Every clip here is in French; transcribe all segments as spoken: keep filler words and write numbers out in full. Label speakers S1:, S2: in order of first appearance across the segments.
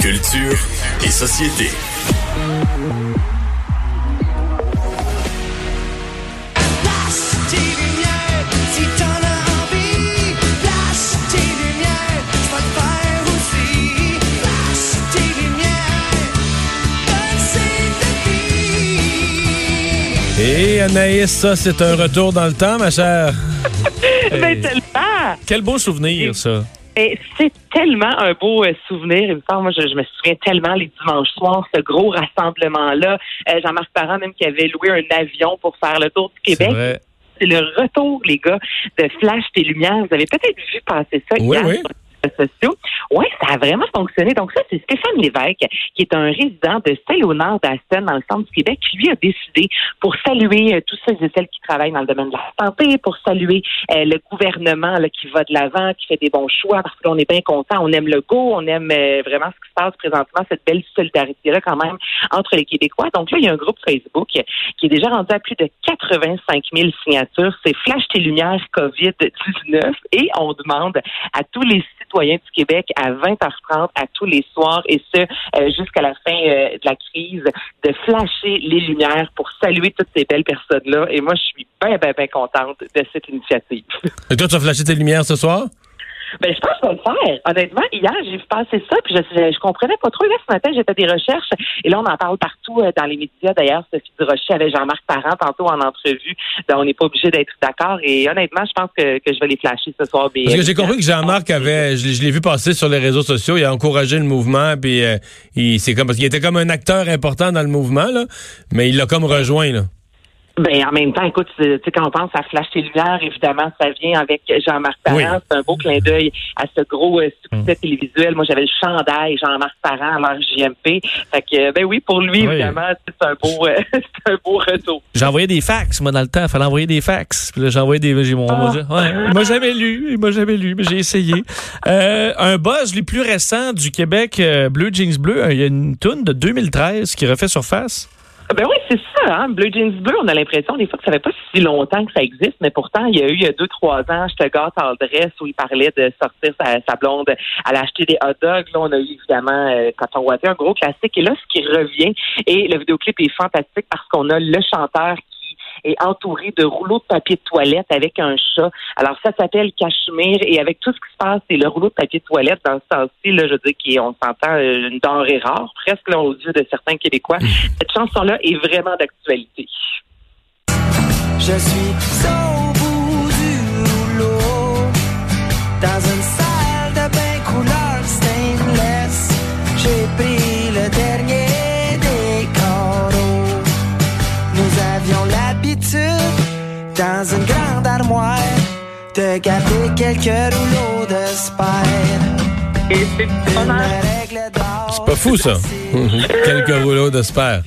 S1: Culture et société.
S2: Et Anaïs, ça, c'est un retour dans le temps, ma chère.
S3: Mais tellement!
S2: Quel beau souvenir, ça.
S3: Et c'est tellement un beau euh, souvenir. Il me semble, moi, je, je me souviens tellement les dimanches soirs, ce gros rassemblement-là. Euh, Jean-Marc Parent, même, qui avait loué un avion pour faire le tour du Québec.
S2: C'est vrai.
S3: C'est le retour, les gars, de Flash tes Lumières. Vous avez peut-être vu passer ça
S2: Oui,
S3: hier
S2: oui.
S3: sur les réseaux sociaux. Oui, ça a vraiment fonctionné. Donc ça, c'est Stéphane Lévesque, qui est un résident de Saint-Léonard d'Aston, dans le centre du Québec, qui lui a décidé, pour saluer euh, tous ceux et celles qui travaillent dans le domaine de la santé, pour saluer euh, le gouvernement là, qui va de l'avant, qui fait des bons choix, parce que là, on est bien content, on aime le go, on aime euh, vraiment ce qui se passe présentement, cette belle solidarité-là quand même entre les Québécois. Donc là, il y a un groupe Facebook qui est déjà rendu à plus de quatre-vingt-cinq mille signatures. C'est Flash tes Lumières covid dix-neuf et on demande à tous les citoyens du Québec à vingt heures trente à tous les soirs et ce euh, jusqu'à la fin euh, de la crise de flasher les lumières pour saluer toutes ces belles personnes-là. Et moi, je suis bien, bien, bien contente de cette initiative.
S2: Et toi, tu vas flasher tes lumières ce soir?
S3: Ben, je pense qu'on va le faire. Honnêtement, hier, j'ai vu passer ça, puis je, je, je comprenais pas trop. Là, ce matin, j'ai fait des recherches, et là, on en parle partout euh, dans les médias. D'ailleurs, Sophie Durocher avec Jean-Marc Parent, tantôt en entrevue. Ben, on n'est pas obligé d'être d'accord, et honnêtement, je pense que, que je vais les flasher ce soir.
S2: Parce que j'ai compris que Jean-Marc avait, je, je l'ai vu passer sur les réseaux sociaux, il a encouragé le mouvement, puis euh, il, c'est comme, parce qu'il était comme un acteur important dans le mouvement, là, mais il l'a comme rejoint, là.
S3: Ben, en même temps, écoute, tu sais, quand on pense à Flash tes Lumières, évidemment, ça vient avec Jean-Marc Parent. Oui. C'est un beau clin d'œil à ce gros euh, succès mm. télévisuel. Moi, j'avais le chandail Jean-Marc Parent à l'heure J M P. Fait que, ben oui, pour lui, oui. évidemment, c'est un beau, euh, c'est un beau retour.
S4: J'ai envoyé des fax, moi, dans le temps. Il fallait envoyer des fax. Puis là, j'ai envoyé des, j'ai mon, ah. ouais, il m'a jamais lu. Il m'a jamais lu, mais j'ai essayé. Euh, un buzz, les plus récents du Québec, euh, Bleu Jeans Bleu. Il y a une toune de deux mille treize qui refait surface.
S3: Ben oui, c'est ça, hein. Bleu Jeans Bleu, on a l'impression des fois que ça fait pas si longtemps que ça existe, mais pourtant, il y a eu il y a deux, trois ans, Je te gâte en dress, où il parlait de sortir sa, sa blonde, aller acheter des hot dogs. Là, on a eu évidemment euh, quand on voit un gros classique. Et là, ce qui revient, et le vidéoclip est fantastique parce qu'on a le chanteur est entouré de rouleaux de papier de toilette avec un chat. Alors, ça s'appelle Cachemire et avec tout ce qui se passe, c'est le rouleau de papier de toilette dans ce sens-ci, là, je veux dire qu'on s'entend une denrée rare, presque là, aux yeux de certains Québécois. Cette chanson-là est vraiment d'actualité.
S5: Je suis au bout du rouleau, dans une salle de bain couleur stainless. J'ai pris le dernier des coraux. Nous avions l'habitude, dans une grande armoire, de garder quelques rouleaux de spare.
S3: Et c'est
S2: C'est pas fou, ça. Quelques rouleaux de spare.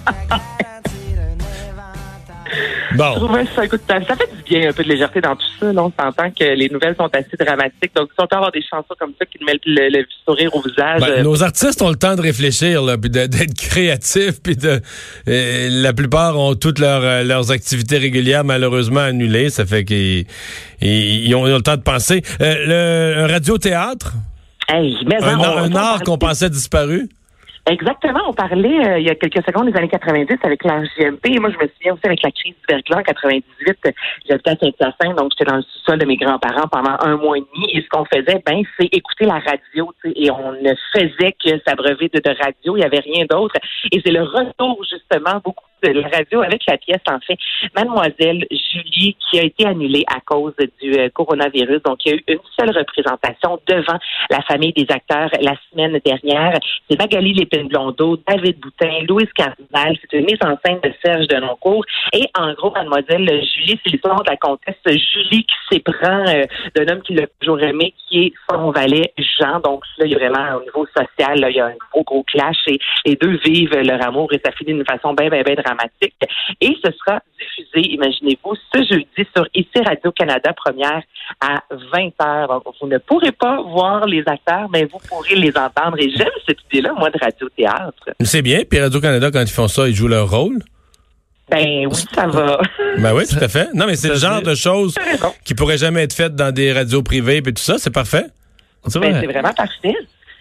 S2: Bon.
S3: Je trouvais ça, écoute, ça, ça fait du bien, un peu de légèreté dans tout ça. Là, on s'entend que les nouvelles sont assez dramatiques. Donc, si on peut avoir des chansons comme ça qui nous mettent le, le sourire au visage.
S2: Ben,
S3: euh...
S2: Nos artistes ont le temps de réfléchir, là, puis de, d'être créatifs, puis de. Euh, la plupart ont toutes leurs, euh, leurs activités régulières malheureusement annulées. Ça fait qu'ils ils, ils ont, ils ont le temps de penser. Euh, le, un radio-théâtre.
S3: Hey, mais
S2: un,
S3: on,
S2: un
S3: on
S2: art qu'on pensait disparu.
S3: Exactement. On parlait euh, il y a quelques secondes des années quatre-vingt-dix avec la J M P. Et moi, je me souviens aussi avec la crise du verglas en quatre-vingt-dix-huit. J'habitais à Saint-Hyacinthe, donc j'étais dans le sous-sol de mes grands-parents pendant un mois et demi. Et ce qu'on faisait, ben, c'est écouter la radio, tu sais. Et on ne faisait que s'abreuver de, de radio. Il n'y avait rien d'autre. Et c'est le retour, justement, beaucoup de la radio avec la pièce, en fait, Mademoiselle Julie, qui a été annulée à cause du euh, coronavirus. Donc, il y a eu une seule représentation devant la famille des acteurs la semaine dernière. C'est Magali Lépine-Blondeau, David Boutin, Louise Cardinal. C'est une mise en scène de Serge Denoncourt. Et en gros, Mademoiselle Julie, c'est l'histoire de la comtesse Julie qui s'éprend euh, d'un homme qui l'a toujours aimé, qui est son valet Jean. Donc, là, il y a vraiment, au niveau social, là, il y a un gros, gros clash et les deux vivent leur amour et ça finit d'une façon bien, bien, bien dramatique. Et ce sera diffusé, imaginez-vous, ce jeudi sur I C Radio-Canada première à vingt heures. Donc, vous ne pourrez pas voir les acteurs, mais vous pourrez les entendre. Et j'aime cette idée-là, moi, de radio-théâtre.
S2: C'est bien. Puis Radio-Canada, quand ils font ça, ils jouent leur rôle.
S3: Ben oui, ça va.
S2: Ben oui, tout à fait. Non, mais c'est le genre de choses qui pourraient jamais être faites dans des radios privées et tout ça. C'est parfait.
S3: C'est, ben, c'est vraiment parfait.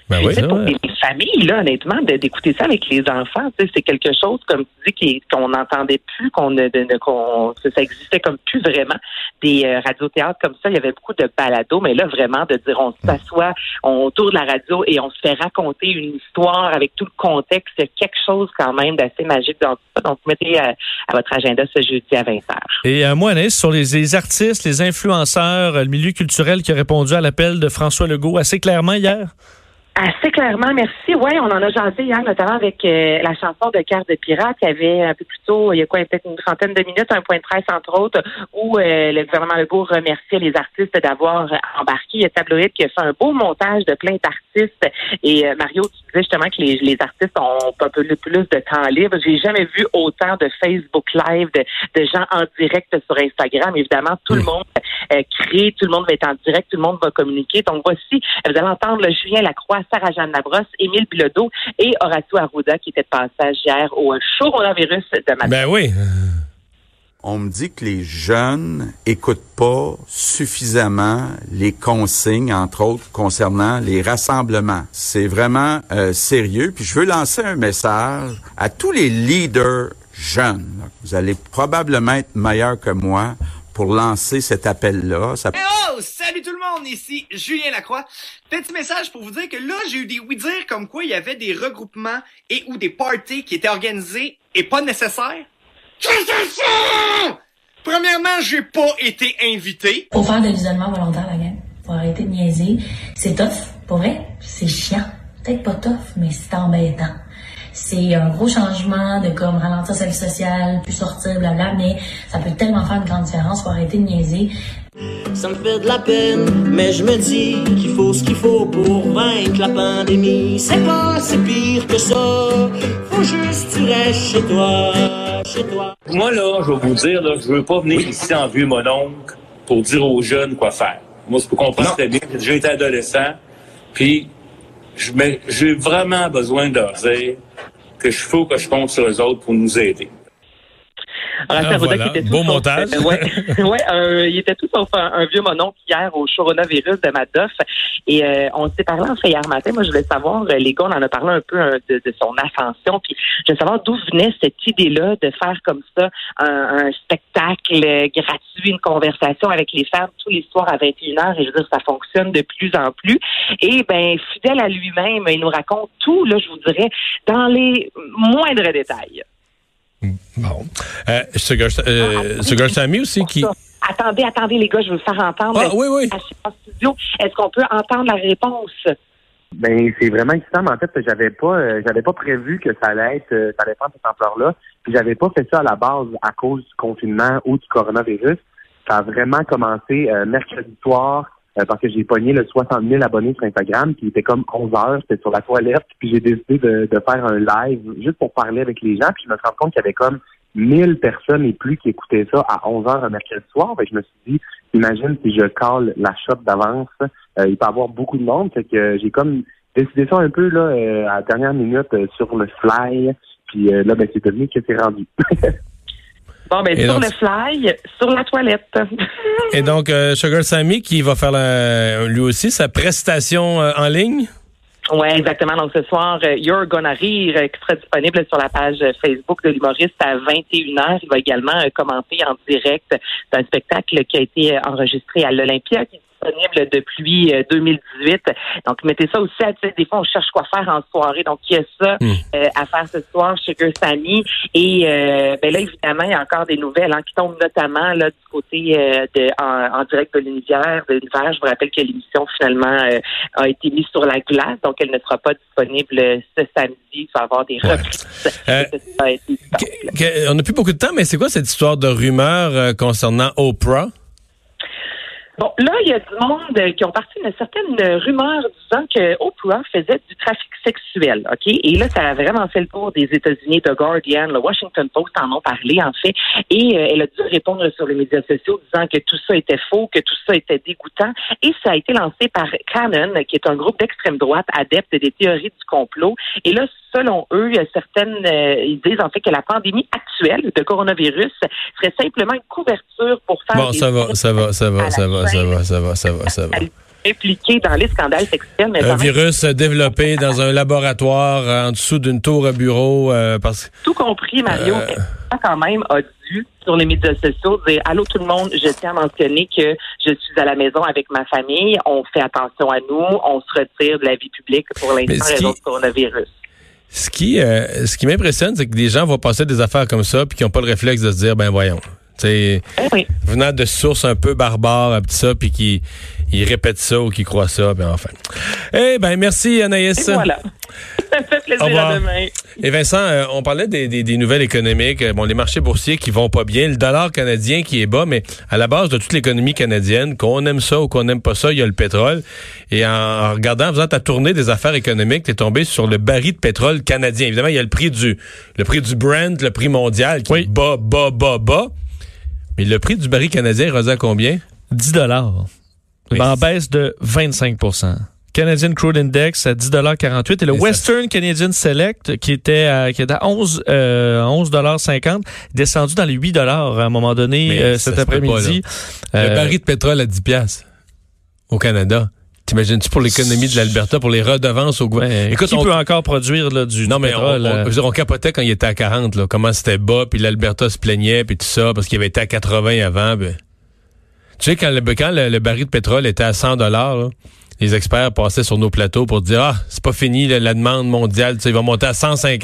S2: Ben oui,
S3: c'est pour
S2: ouais.
S3: les familles, là, honnêtement, de, d'écouter ça avec les enfants, tu sais, c'est quelque chose, comme tu dis, qui, qu'on n'entendait plus, qu'on ne, de, qu'on, que ça existait comme plus vraiment. Des euh, radiothéâtres comme ça, il y avait beaucoup de balados, mais là, vraiment, de dire, on s'assoit, on tourne la radio et on se fait raconter une histoire avec tout le contexte, il y a quelque chose quand même d'assez magique dans tout ça. Donc, mettez à, à votre agenda ce jeudi à vingt heures.
S4: Et à moi, Anaïs, sur les, les artistes, les influenceurs, le milieu culturel qui a répondu à l'appel de François Legault assez clairement hier?
S3: Assez clairement, merci. Oui, on en a jasé hier, notamment avec euh, la chanson de Cœur de pirate. Il y avait un peu plus tôt, il y a quoi, peut-être une trentaine de minutes, un point de presse, entre autres, où euh, le gouvernement Legault remerciait les artistes d'avoir embarqué. Il y a Tabloïd qui a fait un beau montage de plein d'artistes. Et euh, Mario, tu disais justement que les, les artistes ont un peu plus de temps libre. J'ai jamais vu autant de Facebook Live, de, de gens en direct sur Instagram. Évidemment, tout le monde euh, crée, tout le monde va être en direct, tout le monde va communiquer. Donc voici, vous allez entendre le Julien Lacroix, Sarah-Jeanne Labrosse, Émile Bilodeau et Horacio Arruda qui était de passage hier au coronavirus de matin.
S2: Ben oui.
S6: On me dit que les jeunes écoutent pas suffisamment les consignes, entre autres, concernant les rassemblements. C'est vraiment euh, sérieux. Puis je veux lancer un message à tous les leaders jeunes. Vous allez probablement être meilleurs que moi pour lancer cet appel-là. Ça...
S7: Hey oh! Salut tout le monde! Ici Julien Lacroix. Petit message pour vous dire que là, j'ai eu des oui-dire comme quoi il y avait des regroupements et ou des parties qui étaient organisés et pas nécessaires. Premièrement, j'ai pas été invité.
S8: Faut faire de l'isolement volontaire, la gang. Faut arrêter de niaiser. C'est tough, pour vrai. C'est chiant. Peut-être pas tough, mais c'est embêtant. C'est un gros changement de comme ralentir sa vie sociale, plus sortir, blabla, mais ça peut tellement faire une grande différence. Faut arrêter de niaiser.
S5: Ça me fait de la peine, mais je me dis qu'il faut ce qu'il faut pour vaincre la pandémie. C'est pas si pire que ça. Faut juste que tu restes chez toi, chez toi.
S9: Moi, là, je vais vous dire, là, je veux pas venir ici en vieux mononcle pour dire aux jeunes quoi faire. Moi, je peux comprendre très bien. J'ai déjà été adolescent, puis je me, j'ai vraiment besoin de leur dire que je faut que je compte sur eux autres pour nous aider.
S3: Alors,
S2: ah, voilà. Beau montage.
S3: Euh, ouais, ouais, euh, il était tout sauf un, un vieux mononcle hier au coronavirus de Madoff. Et euh, on s'est parlé en fait hier matin. Moi, je voulais savoir, les gars, on en a parlé un peu euh, de, de son ascension. Puis je voulais savoir d'où venait cette idée-là de faire comme ça un, un spectacle gratuit, une conversation avec les femmes tous les soirs à vingt et une heures. Et je veux dire, ça fonctionne de plus en plus. Et ben, fidèle à lui-même, il nous raconte tout, là, je vous dirais, dans les moindres détails.
S2: Bon. Euh, Sugar, euh, Sugar Sammy aussi qui...
S3: Attendez, attendez les gars, je veux le faire entendre.
S2: Ah oui, oui.
S3: En studio, est-ce qu'on peut entendre la réponse?
S10: Ben c'est vraiment excitant, mais en fait, j'avais pas euh, j'avais pas prévu que ça allait être euh, ça allait prendre cette ampleur-là. Puis j'avais pas fait ça à la base à cause du confinement ou du coronavirus. Ça a vraiment commencé euh, mercredi soir. Euh, parce que j'ai pogné le soixante mille abonnés sur Instagram, puis il était comme onze heures, j'étais sur la toilette, puis j'ai décidé de, de faire un live juste pour parler avec les gens, puis je me suis rendu compte qu'il y avait comme mille personnes et plus qui écoutaient ça à onze heures un mercredi soir. Fait que je me suis dit, imagine si je cale la shot d'avance, euh, il peut y avoir beaucoup de monde, fait que euh, j'ai comme décidé ça un peu là euh, à la dernière minute euh, sur le fly, puis euh, là, ben c'est devenu que c'est rendu.
S3: Bon, ben,
S2: et
S3: sur
S2: donc,
S3: le fly, sur la toilette.
S2: Et donc, euh, Sugar Sammy qui va faire la, lui aussi sa prestation euh, en ligne?
S3: Oui, exactement. Donc, ce soir, euh, You're Gonna Rire, euh, qui sera disponible sur la page Facebook de l'humoriste à vingt et une heures. Il va également euh, commenter en direct un spectacle qui a été euh, enregistré à l'Olympia, qui est disponible depuis euh, deux mille dix-huit. Donc, mettez ça aussi. À, des fois, on cherche quoi faire en soirée. Donc, il y a ça mm. euh, à faire ce soir chez Sugar Sammy. Et euh, ben là, évidemment, il y a encore des nouvelles hein, qui tombent notamment là du côté euh, de en, en direct de l'univers. De l'univers. Je vous rappelle que l'émission, finalement, euh, a été mise sur la glace. Donc, elle ne sera pas disponible ce samedi. Il va y avoir des reprises.
S2: Ouais. Euh, que, que, on n'a plus beaucoup de temps, mais c'est quoi cette histoire de rumeur euh, concernant Oprah?
S3: Bon, là, il y a du monde qui ont parti d'une certaine rumeur disant que Oprah faisait du trafic sexuel, OK? Et là, ça a vraiment fait le tour des États-Unis, The Guardian, le Washington Post en ont parlé, en fait. Et euh, elle a dû répondre sur les médias sociaux disant que tout ça était faux, que tout ça était dégoûtant. Et ça a été lancé par Canon, qui est un groupe d'extrême droite adepte des théories du complot. Et là, selon eux, certaines, euh, ils disent en fait que la pandémie actuelle de coronavirus serait simplement une couverture pour faire
S2: bon,
S3: des...
S2: ça va, ça va, ça va, ça va, ça va, ça va, ça va, ça va.
S3: impliqués dans les scandales sexuels. Mais
S2: un
S3: quand même,
S2: virus développé dans un laboratoire euh, en dessous d'une tour à bureau. Euh, parce...
S3: Tout compris, Mario,
S2: Euh...
S3: quand même a dû, sur les médias sociaux, dire « Allô tout le monde, je tiens à mentionner que je suis à la maison avec ma famille, on fait attention à nous, on se retire de la vie publique pour l'instant à raison du coronavirus. »
S2: Ce qui, euh, ce qui m'impressionne, c'est que des gens vont passer des affaires comme ça puis qui n'ont pas le réflexe de se dire, ben voyons, tu sais,
S3: oui.
S2: venant de sources un peu barbares, pis ça, puis qui ils répètent ça ou qui croient ça, ben enfin. Eh ben merci Anaïs.
S3: Et voilà. Ça fait plaisir, à demain.
S2: Et Vincent, euh, on parlait des, des, des nouvelles économiques, bon, les marchés boursiers qui vont pas bien, le dollar canadien qui est bas, mais à la base de toute l'économie canadienne, qu'on aime ça ou qu'on n'aime pas ça, il y a le pétrole. Et en, en regardant, en faisant ta tournée des affaires économiques, t'es tombé sur le baril de pétrole canadien. Évidemment, il y a le prix du le prix du Brent, le prix mondial qui
S4: oui.
S2: est bas, bas, bas, bas. Mais le prix du baril canadien est rendu à combien?
S4: dix dollars. Oui. En baisse de vingt-cinq pour cent. Canadian Crude Index à dix dollars quarante-huit et le et Western ça... Canadian Select qui était à, qui était à onze, euh, onze dollars cinquante descendu dans les huit dollars à un moment donné euh, cet après-midi.
S2: Pas, euh, le baril de pétrole à dix piastres au Canada. T'imagines-tu pour l'économie de l'Alberta, pour les redevances au gouvernement?
S4: Ouais, Écoute, qui on... peut encore produire là, du,
S2: non,
S4: du
S2: mais
S4: pétrole?
S2: On, on, on, on capotait quand il était à quarante, là, comment c'était bas, puis l'Alberta se plaignait, puis tout ça, parce qu'il avait été à quatre-vingts avant. Ben... Tu sais, quand, le, quand le, le baril de pétrole était à cent dollars, les experts passaient sur nos plateaux pour dire « Ah, c'est pas fini, là, la demande mondiale, il va monter à cent cinquante. »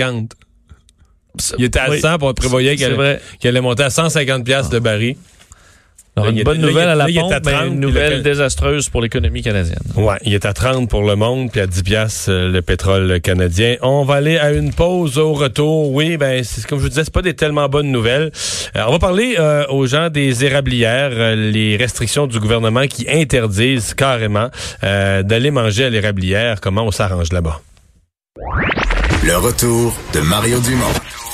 S2: Il était à oui, cent, puis on prévoyait qu'il allait, qu'il allait monter à cent cinquante piastres ah. de baril.
S4: Alors, une bonne nouvelle à la
S2: là,
S4: pompe, mais trente, une nouvelle le... désastreuse pour l'économie canadienne.
S2: Ouais, il est à trente pour le monde, puis à dix piastres le pétrole canadien. On va aller à une pause au retour. Oui, ben c'est comme je vous disais, c'est pas des tellement bonnes nouvelles. Alors, on va parler euh, aux gens des érablières, euh, les restrictions du gouvernement qui interdisent carrément euh, d'aller manger à l'érablière. Comment on s'arrange là-bas?
S1: Le retour de Mario Dumont.